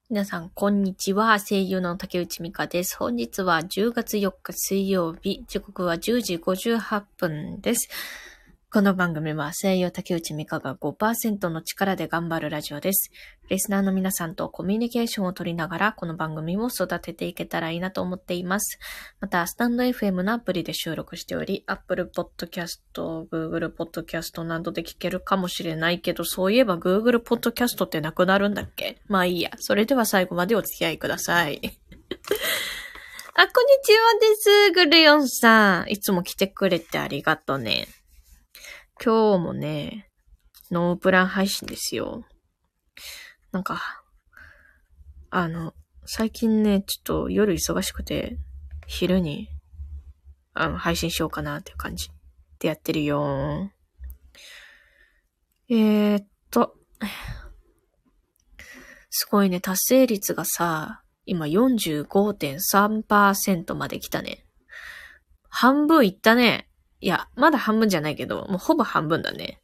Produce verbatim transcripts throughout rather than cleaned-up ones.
皆さん、こんにちは。声優の竹内美香です。本日はじゅうがつよっか水曜日、時刻はじゅうじごじゅうはっぷんです。この番組は声優竹内美香が ごパーセント の力で頑張るラジオです。リスナーの皆さんとコミュニケーションを取りながら、この番組を育てていけたらいいなと思っています。また、スタンド エフエム のアプリで収録しており、Apple Podcast、Google Podcast などで聞けるかもしれないけど、そういえば Google Podcast ってなくなるんだっけ？まあいいや。それでは最後までお付き合いください。あ、こんにちはです。グルヨンさん。いつも来てくれてありがとね。今日もね、ノープラン配信ですよ。なんか、あの、最近ね、ちょっと夜忙しくて、昼に、あの、配信しようかなっていう感じでやってるよ。えーっと、すごいね、達成率がさ、今 よんじゅうごてんさんパーセント まで来たね。半分いったね。いや、まだ半分じゃないけど、もうほぼ半分だね。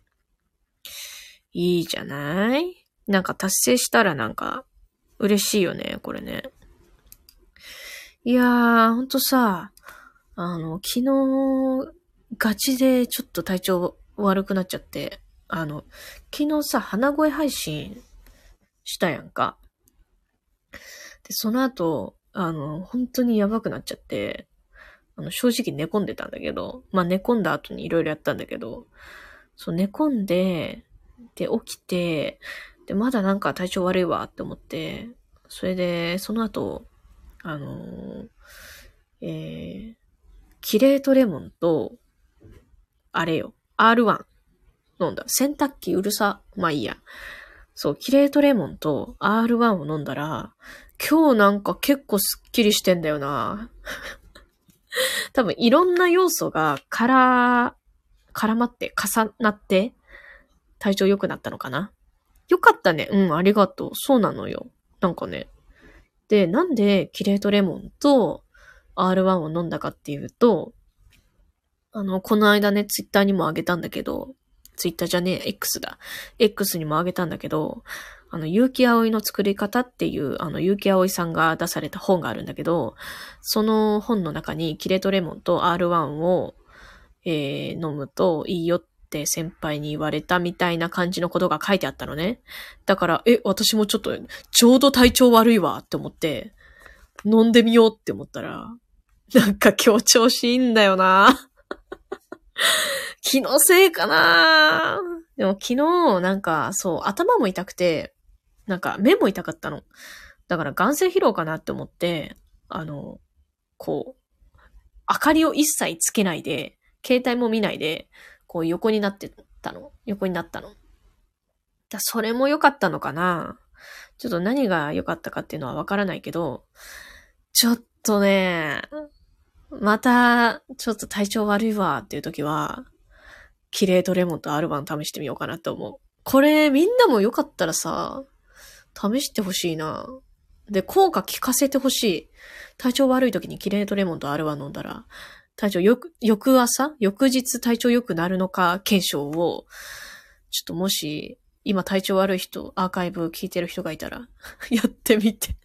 いいじゃない？なんか達成したらなんか嬉しいよね、これね。いやー、ほんとさ、あの、昨日、ガチでちょっと体調悪くなっちゃって、あの、昨日さ、鼻声配信したやんか。で、その後、あの、本当にやばくなっちゃって、あの、正直寝込んでたんだけど、まあ寝込んだ後にいろいろやったんだけど、そう、寝込んで、で、起きて、で、まだなんか体調悪いわって思って、それで、その後、あのー、えー、キレートレモンと、あれよ、アールワン 飲んだ。洗濯機うるさ。まあいいや。そう、キレートレモンと アールワン を飲んだら、今日なんか結構スッキリしてんだよな。多分いろんな要素がから絡まって重なって体調良くなったのかな。よかったね。うん、ありがとう。そうなのよ。なんかね。で、なんでキレートレモンと アールワン を飲んだかっていうと、あの、この間ね、ツイッターにもあげたんだけど、ツイッターじゃねえ、X だ。X にもあげたんだけど、あの、結城葵の作り方っていう、あの、結城葵さんが出された本があるんだけど、その本の中にキレートレモンと アールワン を、えー、飲むといいよって先輩に言われたみたいな感じのことが書いてあったのね。だから、え、私もちょっと、ちょうど体調悪いわって思って、飲んでみようって思ったら、なんか今日調子いいんだよな。気のせいかな。でも昨日、なんか、そう、頭も痛くて、なんか目も痛かったの。だから眼性疲労かなって思って、あの、こう、明かりを一切つけないで、携帯も見ないで、こう横になってたの。横になったの。だそれも良かったのかな。ちょっと何が良かったかっていうのはわからないけど、ちょっとね、また、ちょっと体調悪いわっていう時は、キレートレモンと アールワン 試してみようかなと思う。これみんなもよかったらさ、試してほしいな。で、効果効かせてほしい。体調悪い時にキレートレモンと アールワン 飲んだら、体調よく、翌朝翌日体調良くなるのか検証を、ちょっともし、今体調悪い人、アーカイブ聞いてる人がいたら、やってみて。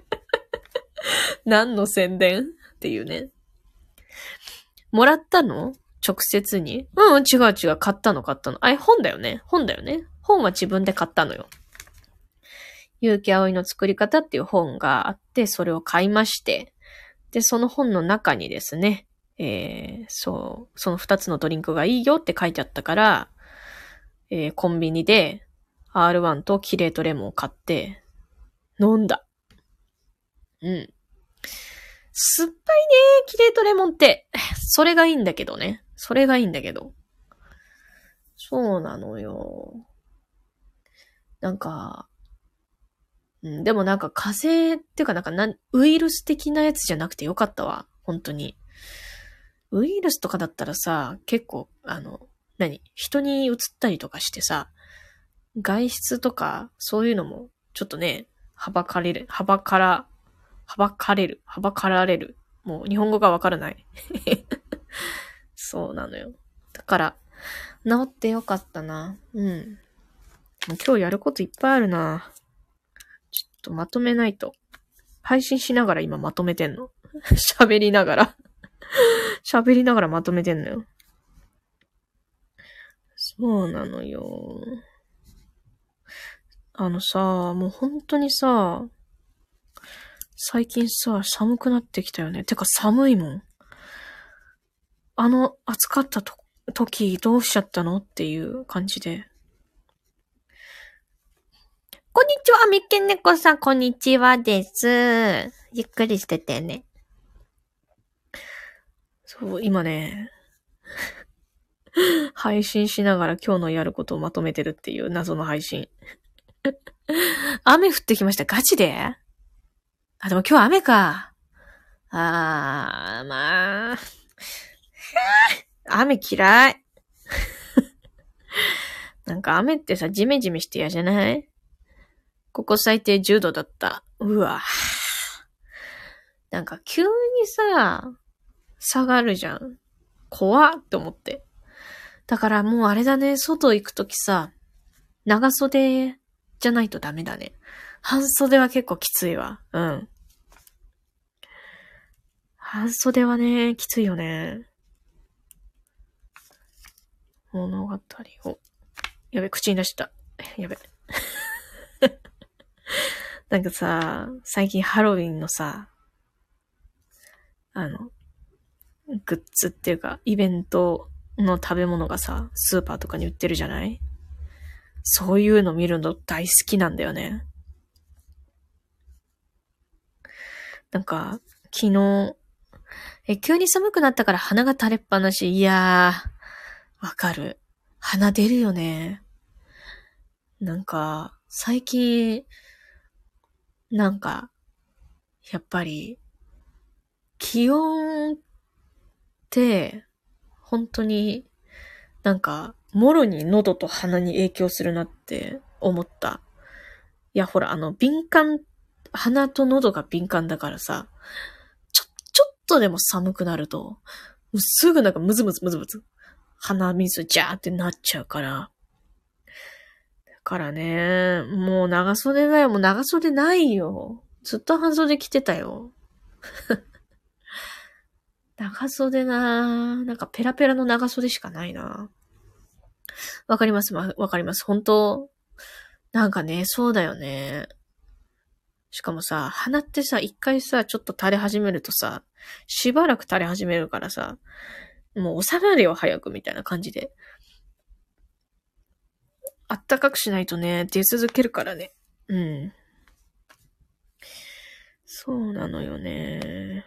何の宣伝っていうね。もらったの？直接に？うん、違う違う。買ったの買ったの。あれ、本だよね。本だよね。本は自分で買ったのよ。結城葵の作り方っていう本があって、それを買いまして、で、その本の中にですね、えー、そう、その二つのドリンクがいいよって書いてあったから、えー、コンビニで アールワン とキレートレモンを買って、飲んだ。うん。酸っぱいね、キレートレモンって。それがいいんだけどね。それがいいんだけど。そうなのよ。なんか、うん、でもなんか風邪っていうかなんかなウイルス的なやつじゃなくてよかったわ。本当に。ウイルスとかだったらさ、結構、あの、何？人に移ったりとかしてさ、外出とか、そういうのも、ちょっとね、はばかれる、はばから、はばかれる、はばかられる。もう日本語がわからない。そうなのよ。だから、治ってよかったな。うん。もう今日やることいっぱいあるな。ちょっっとまとめないと。配信しながら今まとめてんの。喋りながら。喋りながらまとめてんのよ。そうなのよ。あのさ、もう本当にさ、最近さ、寒くなってきたよね。てか寒いもん。あの暑かったと時どうしちゃったのっていう感じで。こんにちは、みっけん猫さん、こんにちはです。ゆっくりしててね。そう、今ね、配信しながら今日のやることをまとめてるっていう謎の配信。雨降ってきました。ガチで？あ、でも今日雨か。あー、まあ。雨嫌い。なんか雨ってさ、ジメジメして嫌じゃない？ここ最低じゅうどだった。うわ。なんか急にさ、下がるじゃん。怖っって思って。だからもうあれだね、外行くときさ、長袖じゃないとダメだね。半袖は結構きついわ。うん。半袖はね、きついよね。物語を。やべ、口に出した。やべ。なんかさ、最近ハロウィンのさ、あの、グッズっていうか、イベントの食べ物がさ、スーパーとかに売ってるじゃない？そういうの見るの大好きなんだよね。なんか、昨日、え、急に寒くなったから鼻が垂れっぱなし。いやー、わかる。鼻出るよね。なんか、最近、なんか、やっぱり、気温って、本当になんか、もろに喉と鼻に影響するなって思った。いや、ほら、あの、敏感、鼻と喉が敏感だからさ、ちょ、ちょっとでも寒くなると、すぐなんかムズムズムズムズ、鼻水ジャーってなっちゃうから。だからね、もう長袖だよ。もう長袖ないよ。ずっと半袖着てたよ。長袖なぁ。なんかペラペラの長袖しかないな。わかります、わかります。本当なんかね、そうだよね。しかもさ、鼻ってさ、一回さ、ちょっと垂れ始めるとさ、しばらく垂れ始めるからさ、もう収まるよ、早く、みたいな感じで。あったかくしないとね、出続けるからね。うん。そうなのよね。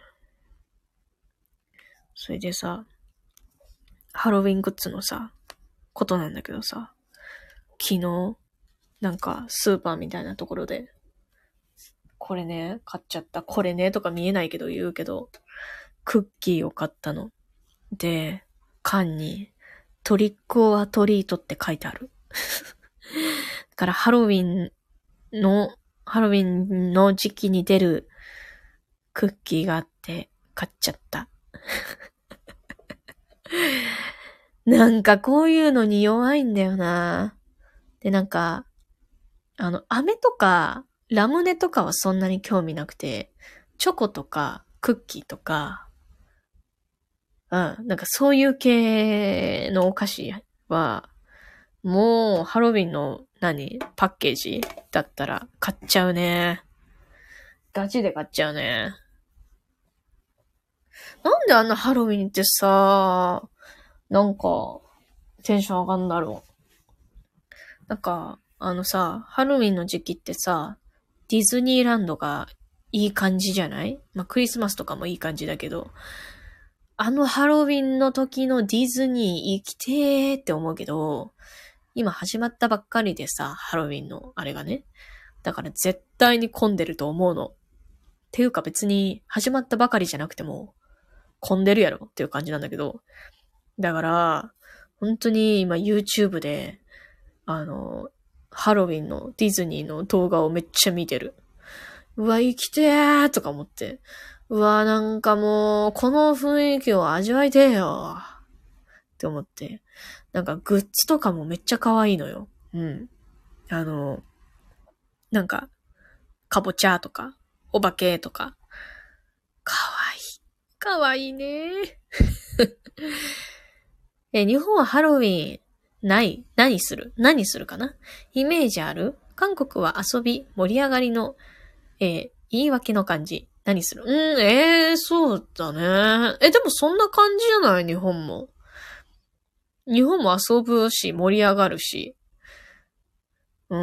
それでさ、ハロウィングッズのさ、ことなんだけどさ、昨日、なんか、スーパーみたいなところで、これね、買っちゃった。これね、とか見えないけど言うけど、クッキーを買ったの。で、缶に、トリックオアトリートって書いてある。だからハロウィンの、ハロウィンの時期に出るクッキーがあって買っちゃった。なんかこういうのに弱いんだよな。で、なんか、あの、飴とか、ラムネとかはそんなに興味なくて、チョコとか、クッキーとか、うん、なんかそういう系のお菓子は、もうハロウィンの何パッケージだったら買っちゃうね。ガチで買っちゃうね。なんであんなハロウィンってさ、なんか、テンション上がんだろう。なんか、あのさ、ハロウィンの時期ってさ、ディズニーランドがいい感じじゃない？まあ、クリスマスとかもいい感じだけど、あのハロウィンの時のディズニー行きてーって思うけど、今始まったばっかりでさ、ハロウィンのあれがね。だから絶対に混んでると思うの。っていうか別に始まったばかりじゃなくても混んでるやろっていう感じなんだけど。だから、本当に今 YouTube で、あの、ハロウィンのディズニーの動画をめっちゃ見てる。うわ、生きてーとか思って。うわ、なんかもう、この雰囲気を味わいてーよって思って。なんかグッズとかもめっちゃ可愛いのよ。うん。あの、なんか、 かぼちゃとか、お化けとか。かわいい。かわいいね。え、日本はハロウィンない？何する？何するかな？イメージある？韓国は遊び、盛り上がりの、えー、言い訳の感じ。何する？うん、えー、そうだね。え、でもそんな感じじゃない？日本も。日本も遊ぶし、盛り上がるし。うん。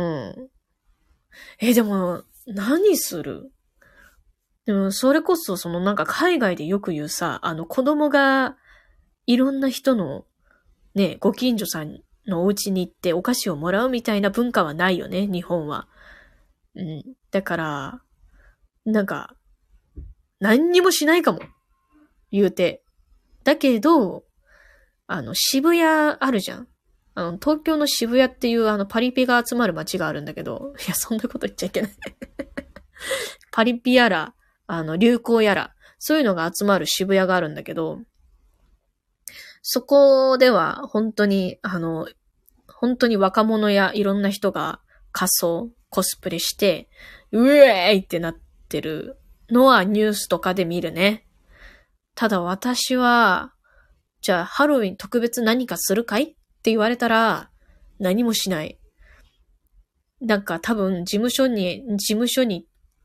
え、でも、何する？でも、それこそ、そのなんか海外でよく言うさ、あの子供がいろんな人のね、ご近所さんのお家に行ってお菓子をもらうみたいな文化はないよね、日本は。うん。だから、なんか、何にもしないかも。言うて。だけど、あの、渋谷あるじゃん。あの、東京の渋谷っていうあのパリピが集まる街があるんだけど、いや、そんなこと言っちゃいけない。パリピやら、あの、流行やら、そういうのが集まる渋谷があるんだけど、そこでは本当に、あの、本当に若者やいろんな人が仮装、コスプレして、うえーいってなってるのはニュースとかで見るね。ただ私は、じゃあハロウィン特別何かするかいって言われたら、何もしない。なんか多分事務所に、事務所に行って、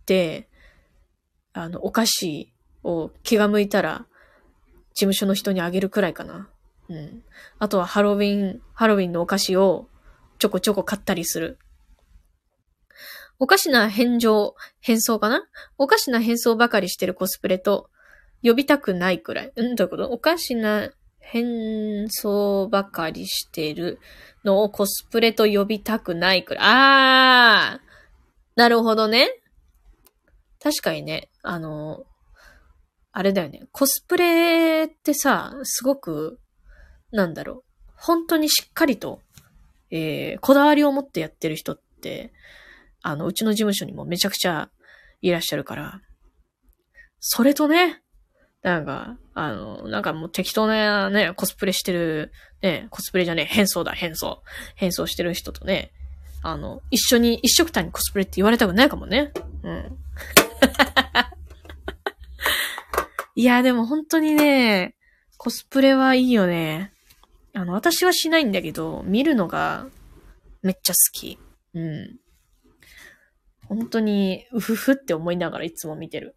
あの、お菓子を気が向いたら、事務所の人にあげるくらいかな。うん。あとはハロウィン、ハロウィンのお菓子をちょこちょこ買ったりする。おかしな変装、変装かな？おかしな変装ばかりしてるコスプレと、呼びたくないくらい。うんどういうこと？おかしな変装ばかりしてるのをコスプレと呼びたくないくらい。あー！なるほどね。確かにね、あの、あれだよね。コスプレってさ、すごく、なんだろう。本当にしっかりと、えー、こだわりを持ってやってる人って、あの、うちの事務所にもめちゃくちゃいらっしゃるから、それとね、なんか、あの、なんかもう適当なね、コスプレしてる、ね、コスプレじゃねえ、変装だ、変装。変装してる人とね、あの、一緒に、一緒くたにコスプレって言われたくないかもね。うん。いや、でも本当にね、コスプレはいいよね。あの、私はしないんだけど、見るのがめっちゃ好き。うん。本当に、うふふって思いながらいつも見てる。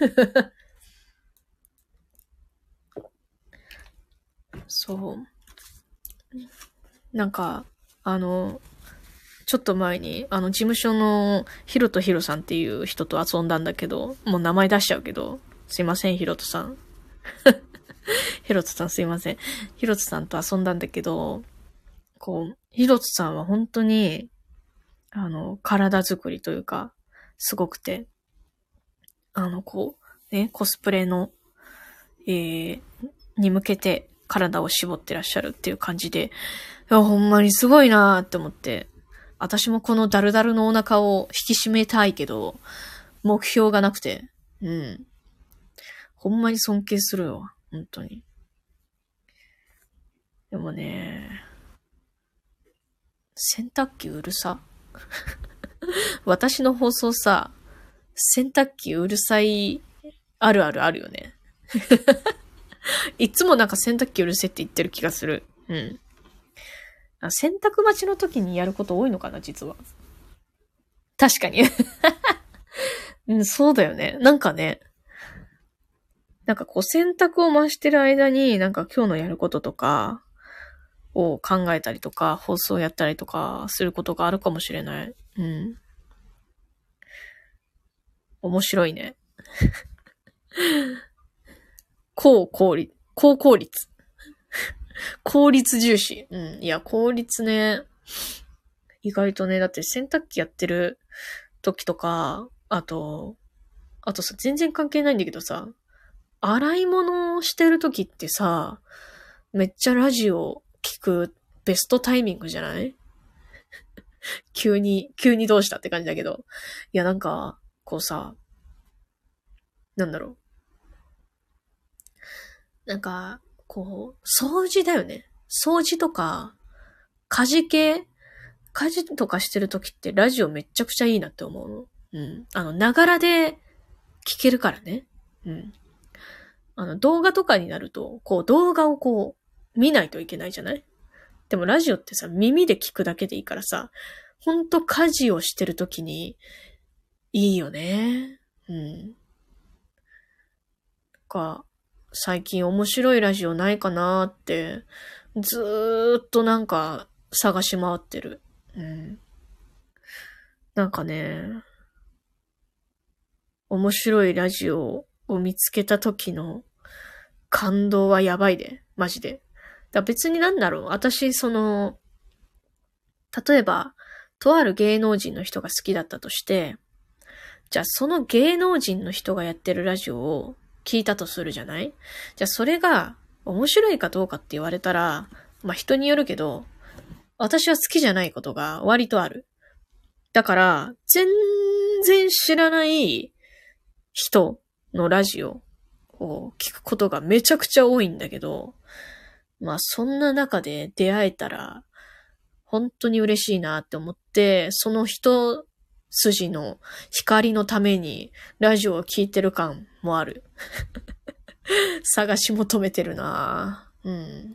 そう。なんか、あの、ちょっと前に、あの、事務所のヒロトヒロさんっていう人と遊んだんだけど、もう名前出しちゃうけど、すいません、ヒロトさん。ヒロトさんすいません。ヒロトさんと遊んだんだけど、こう、ヒロトさんは本当に、あの、体作りというか、すごくて、あの、こう、ね、コスプレの、えー、に向けて体を絞ってらっしゃるっていう感じで、いや、ほんまにすごいなーって思って、私もこのダルダルのお腹を引き締めたいけど、目標がなくて、うん。ほんまに尊敬するよ。本当に。でもね、洗濯機うるさ。私の放送さ、洗濯機うるさいあるあるあるよね。いつもなんか洗濯機うるせって言ってる気がする。うん。洗濯待ちの時にやること多いのかな、実は。確かに。うん、そうだよね。なんかね、なんかこう洗濯を回してる間に、なんか今日のやることとかを考えたりとか、放送やったりとかすることがあるかもしれない。うん。面白いね。高効率、高効率。効率重視。うん。いや、効率ね。意外とね、だって洗濯機やってる時とか、あと、あとさ、全然関係ないんだけどさ、洗い物をしてる時ってさ、めっちゃラジオ聞くベストタイミングじゃない急に、急にどうしたって感じだけど。いや、なんか、こうさ、なんだろう。なんか、こう、掃除だよね。掃除とか、家事系家事とかしてるときってラジオめっちゃくちゃいいなって思うの。 うん。あの、ながらで聞けるからね。うん。あの、動画とかになると、こう、動画をこう、見ないといけないじゃない？でもラジオってさ、耳で聞くだけでいいからさ、ほんと家事をしてるときに、いいよね。うん。か、最近面白いラジオないかなって、ずーっとなんか探し回ってる。うん。なんかね、面白いラジオを見つけた時の感動はやばいで。マジで。だ別になんだろう。私、その、例えば、とある芸能人の人が好きだったとして、じゃあその芸能人の人がやってるラジオを聞いたとするじゃない？じゃあそれが面白いかどうかって言われたら、まあ人によるけど、私は好きじゃないことが割とある。だから、全然知らない人のラジオを聞くことがめちゃくちゃ多いんだけど、まあそんな中で出会えたら本当に嬉しいなって思って、その一筋の光のためにラジオを聞いてる感もある。探し求めてるなぁ。うん。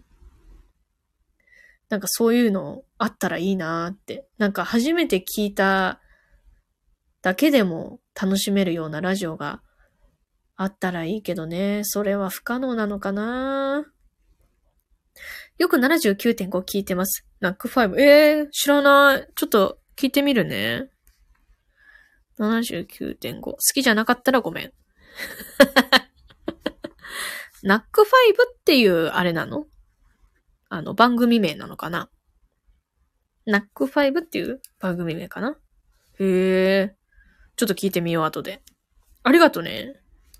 なんかそういうのあったらいいなーって。なんか初めて聞いただけでも楽しめるようなラジオがあったらいいけどね。それは不可能なのかな。よく ななじゅうきゅうてんご 聞いてます。ナックファイブ。えー、知らない。ちょっと聞いてみるね。ななじゅうきゅうてんご。好きじゃなかったらごめん。ナックファイブっていうあれなの？あの番組名なのかな？ナックファイブっていう番組名かな？へー。ちょっと聞いてみよう、後で。ありがとね。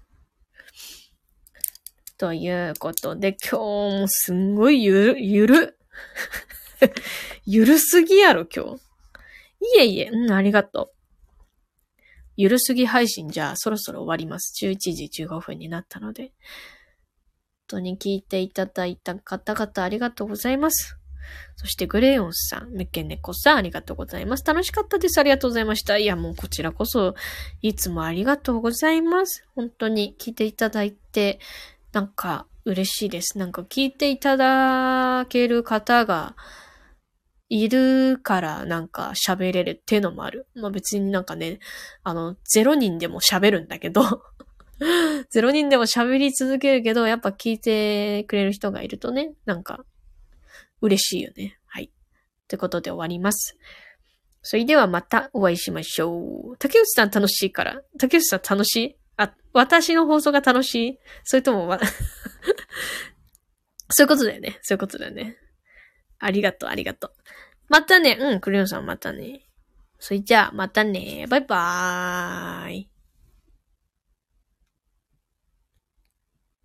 ということで、今日もすんごいゆる、ゆる。ゆるすぎやろ、今日。いえいえ、うん、ありがとう。ゆるすぎ配信じゃあそろそろ終わります。じゅういちじじゅうごふんになったので。本当に聞いていただいた方々ありがとうございます。そしてグレヨンさん、メッケンネコさんありがとうございます。楽しかったです。ありがとうございました。いやもうこちらこそいつもありがとうございます。本当に聞いていただいてなんか嬉しいです。なんか聞いていただける方がいるからなんか喋れるっていうのもある。まあ別になんかね、あのゼロにんでも喋るんだけどゼロにんでも喋り続けるけどやっぱ聞いてくれる人がいるとね、なんか嬉しいよね。はい。ということで終わります。それではまたお会いしましょう。竹内さん楽しいから。竹内さん楽しい？あ、私の放送が楽しい？それとも、ま、そういうことだよね。そういうことだよね。ありがとう、ありがとう。またね。うん、クレヨンさんまたね。それじゃあ、またね。バイバーイ。